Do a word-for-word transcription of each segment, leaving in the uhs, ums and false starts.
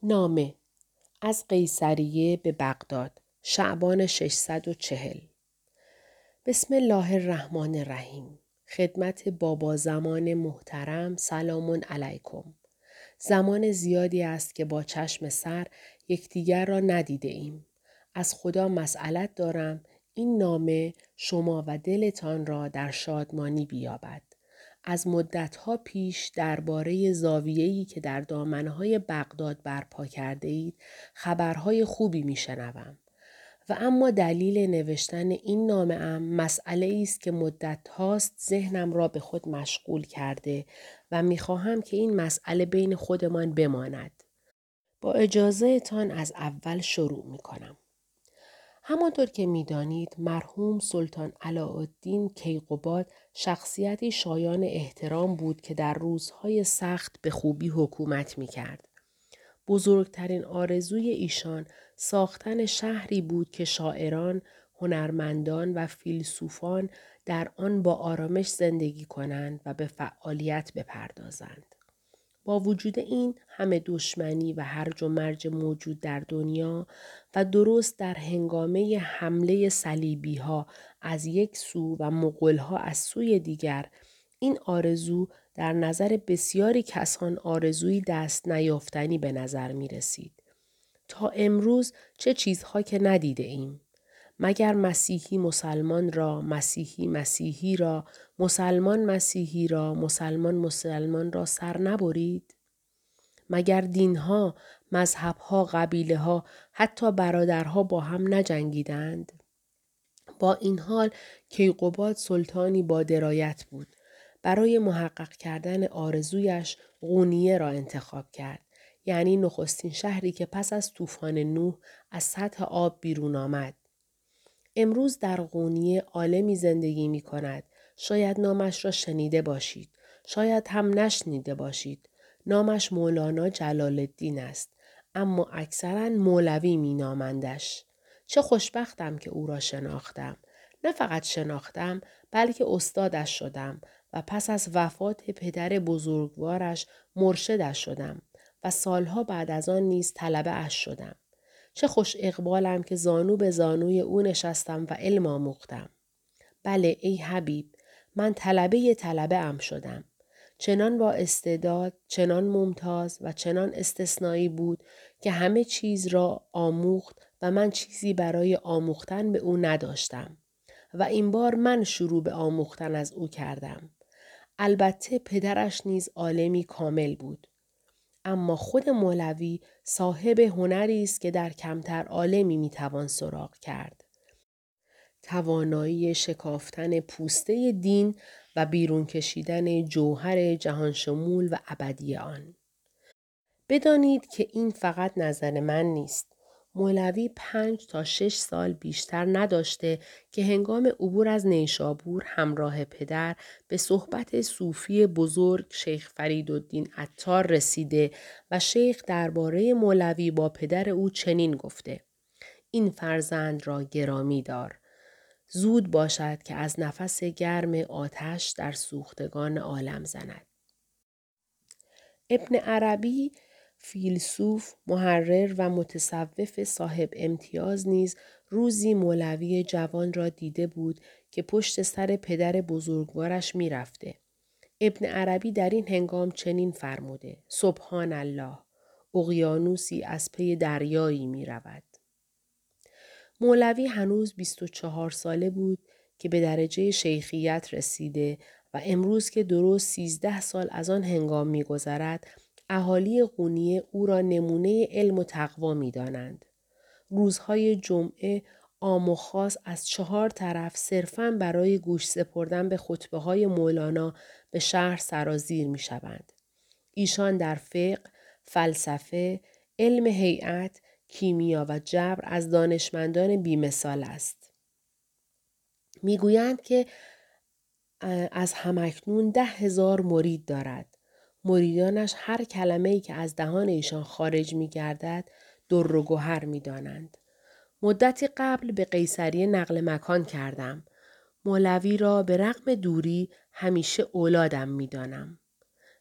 نامه از قیصریه به بغداد شعبان ششصد و چهل. بسم الله الرحمن الرحیم. خدمت بابا زمان محترم سلام علیکم. زمان زیادی است که با چشم سر یکدیگر را ندیده ایم. از خدا مسئلت دارم این نامه شما و دلتان را در شادمانی بیابد. از مدتها پیش درباره زاویه‌ای که در دامنهای بغداد برپا کرده اید خبرهای خوبی می شنوم. و اما دلیل نوشتن این نامه ام مسئله است که مدت هاست ذهنم را به خود مشغول کرده و می خواهم که این مسئله بین خودمان بماند. با اجازه تان از اول شروع می کنم. همانطور که می دانید مرحوم سلطان علاءالدین کیقباد شخصیتی شایان احترام بود که در روزهای سخت به خوبی حکومت می کرد. بزرگترین آرزوی ایشان ساختن شهری بود که شاعران، هنرمندان و فیلسوفان در آن با آرامش زندگی کنند و به فعالیت بپردازند. با وجود این همه دشمنی و هرج و مرج موجود در دنیا و درست در هنگامه حمله صلیبی ها از یک سو و مغول ها از سوی دیگر، این آرزو در نظر بسیاری کسان آرزوی دست نیافتنی به نظر می رسید. تا امروز چه چیزها که ندیده ایم. مگر مسیحی مسلمان را، مسیحی مسیحی را، مسلمان مسیحی را، مسلمان مسلمان را سر نبرید؟ مگر دینها، مذهبها، قبیلهها، حتی برادرها با هم نجنگیدند؟ با این حال کیقباد سلطانی با درایت بود. برای محقق کردن آرزویش قونیه را انتخاب کرد. یعنی نخستین شهری که پس از طوفان نوح از سطح آب بیرون آمد. امروز در قونیه عالمی زندگی می کند. شاید نامش را شنیده باشید. شاید هم نشنیده باشید. نامش مولانا جلال الدین است. اما اکثرا مولوی می نامندش. چه خوشبختم که او را شناختم. نه فقط شناختم بلکه استادش شدم و پس از وفات پدر بزرگوارش مرشدش شدم و سالها بعد از آن نیز طلبه اش شدم. چه خوش اقبالم که زانو به زانوی او نشستم و علم آموختم. بله ای حبیب، من طلبه طلبه ام شدم. چنان با استعداد، چنان ممتاز و چنان استثنایی بود که همه چیز را آموخت و من چیزی برای آموختن به او نداشتم. و این بار من شروع به آموختن از او کردم. البته پدرش نیز عالمی کامل بود. اما خود مولوی صاحب هنری است که در کمتر عالمی میتوان سراغ کرد. توانایی شکافتن پوسته دین و بیرون کشیدن جوهر جهان شمول و ابدی آن. بدانید که این فقط نظر من نیست. مولوی پنج تا شش سال بیشتر نداشته که هنگام عبور از نیشابور همراه پدر به صحبت صوفی بزرگ شیخ فریدالدین عطار رسیده و شیخ درباره مولوی با پدر او چنین گفته: این فرزند را گرامی دار. زود باشد که از نفس گرم آتش در سوختگان عالم زند. ابن عربی فیلسوف، محرر و متصوف صاحب امتیاز نیز روزی مولوی جوان را دیده بود که پشت سر پدر بزرگوارش می رفته. ابن عربی در این هنگام چنین فرموده: سبحان الله، اقیانوسی از پی دریایی می رود. مولوی هنوز بیست و چهار ساله بود که به درجه شیخیت رسیده و امروز که درست سیزده سال از آن هنگام می گذرد، اهالی قونیه او را نمونه علم و تقوا می دانند. روزهای جمعه عام و خاص از چهار طرف صرفاً برای گوش سپردن به خطبه های مولانا به شهر سرازیر می شوند. ایشان در فقه، فلسفه، علم هیئت، کیمیا و جبر از دانشمندان بی‌مثال است. میگویند که از همکنون ده هزار مرید دارد. مریدانش هر کلمه‌ای که از دهان ایشان خارج می گردد در و گوهر می دانند. مدتی قبل به قیصریه نقل مکان کردم. مولوی را به رغم دوری همیشه اولادم می دانم.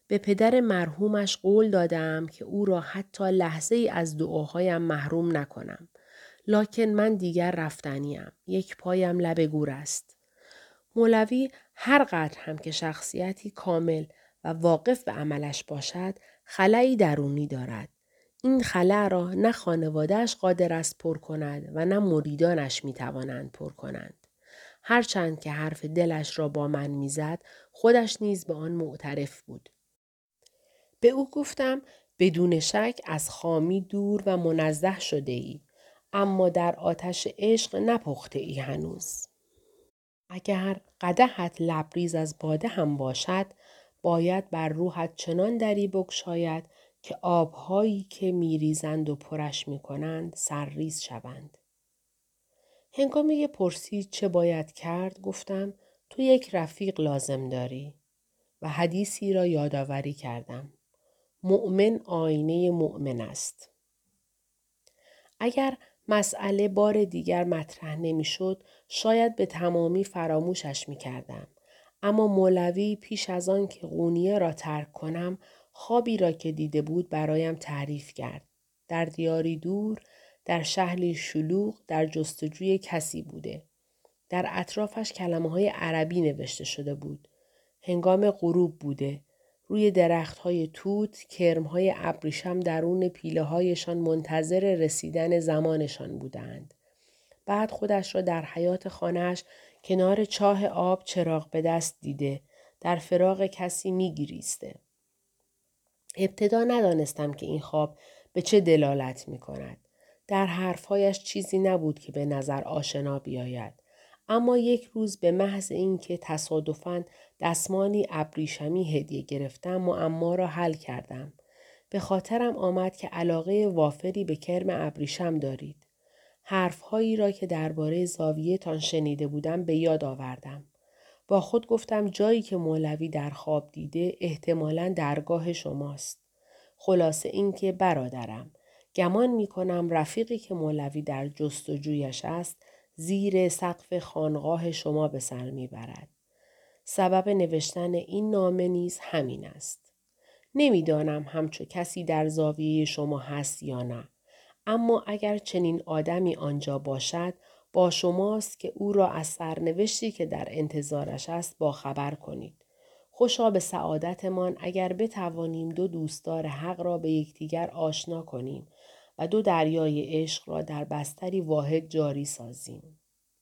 به پدر مرحومش قول دادم که او را حتی لحظه ای از دعاهایم محروم نکنم. لکن من دیگر رفتنیم. یک پایم لب گور است. مولوی هر قدر هم که شخصیتی کامل و واقف به عملش باشد، خلایی درونی دارد. این خلا را نه خانواده‌اش قادر است پر کند و نه مریدانش می توانند پر کنند. هرچند که حرف دلش را با من میزد، خودش نیز به آن معترف بود. به او گفتم بدون شک از خامی دور و منزه شده ای، اما در آتش عشق نپخته ای هنوز. اگر قدحت لبریز از باده هم باشد، باید بر روحت چنان دری بگشاید که آبهایی که میریزند و پرش میکنند سرریز شوند. هنگامی پرسید چه باید کرد، گفتم تو یک رفیق لازم داری و حدیثی را یادآوری کردم. مؤمن آینه مؤمن است. اگر مسئله بار دیگر مطرح نمی شد، شاید به تمامی فراموشش می کردم. اما مولوی پیش از آن که قونیه را ترک کنم، خوابی را که دیده بود برایم تعریف کرد. در دیاری دور، در شهری شلوغ، در جستجوی کسی بوده. در اطرافش کلمه های عربی نوشته شده بود. هنگام غروب بوده. روی درخت‌های توت، کرم‌های ابریشم درون پیله‌هایشان منتظر رسیدن زمانشان بودند. بعد خودش را در حیاط خانه‌اش کنار چاه آب چراغ به دست دیده، در فراق کسی می‌گریسته. ابتدا ندانستم که این خواب به چه دلالت می‌کند. در حرف‌هایش چیزی نبود که به نظر آشنا بیاید. اما یک روز به محض اینکه تصادفاً دستمالی ابریشمی هدیه گرفتم معما را حل کردم. به خاطرم آمد که علاقه وافری به کرم ابریشم دارید. حرفهایی را که درباره زاویه تان شنیده بودم به یاد آوردم. با خود گفتم جایی که مولوی در خواب دیده احتمالاً درگاه شماست. خلاصه اینکه برادرم، گمان می کنم رفیقی که مولوی در جستجویش است زیر سقف خانقاه شما به سر می برد. سبب نوشتن این نامه نیز همین است. نمیدانم همچو کسی در زاویه شما هست یا نه. اما اگر چنین آدمی آنجا باشد، با شماست که او را از سرنوشتی که در انتظارش است با خبر کنید. خوشا به سعادتمان اگر بتوانیم دو دوستدار حق را به یکدیگر آشنا کنیم و دو دریای عشق را در بستری واحد جاری سازیم.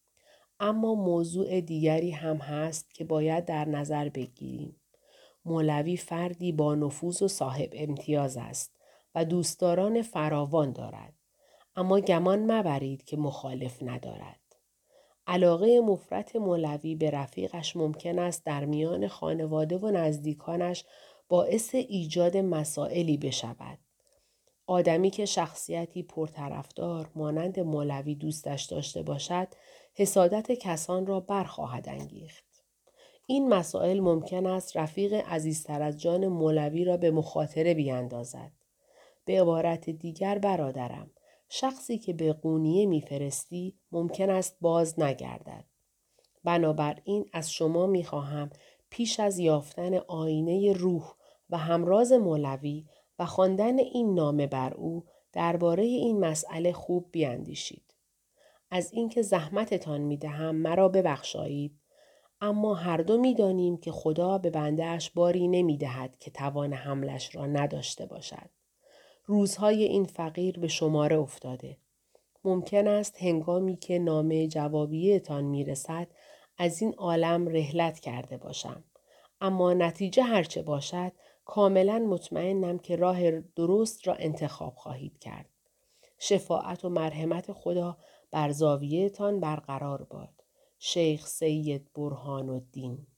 اما موضوع دیگری هم هست که باید در نظر بگیریم. مولوی فردی با نفوذ و صاحب امتیاز است و دوستداران فراوان دارد. اما گمان مبرید که مخالف ندارد. علاقه مفرط مولوی به رفیقش ممکن است در میان خانواده و نزدیکانش باعث ایجاد مسائلی بشود. آدمی که شخصیتی پرطرفدار مانند مولوی دوستش داشته باشد، حسادت کسان را برخواهد انگیخت. این مسائل ممکن است رفیق عزیزتر از جان مولوی را به مخاطره بیاندازد. به عبارت دیگر برادرم، شخصی که به قونیه میفرستی ممکن است باز نگردد. بنابراین از شما میخواهم پیش از یافتن آینه روح و همراز مولوی و خواندن این نامه بر او درباره این مسئله خوب بیاندیشید. از اینکه زحمتتان میدهم مرا ببخشایید، اما هر دو میدانیم که خدا به بنده‌اش باری نمیدهد که توان حملش را نداشته باشد. روزهای این فقیر به شماره افتاده. ممکن است هنگامی که نامه جوابیه تان میرسد از این عالم رحلت کرده باشم. اما نتیجه هرچه باشد کاملا مطمئنم که راه درست را انتخاب خواهید کرد. شفاعت و مرحمت خدا بر زاویه تان برقرار باد. شیخ سید برهان الدین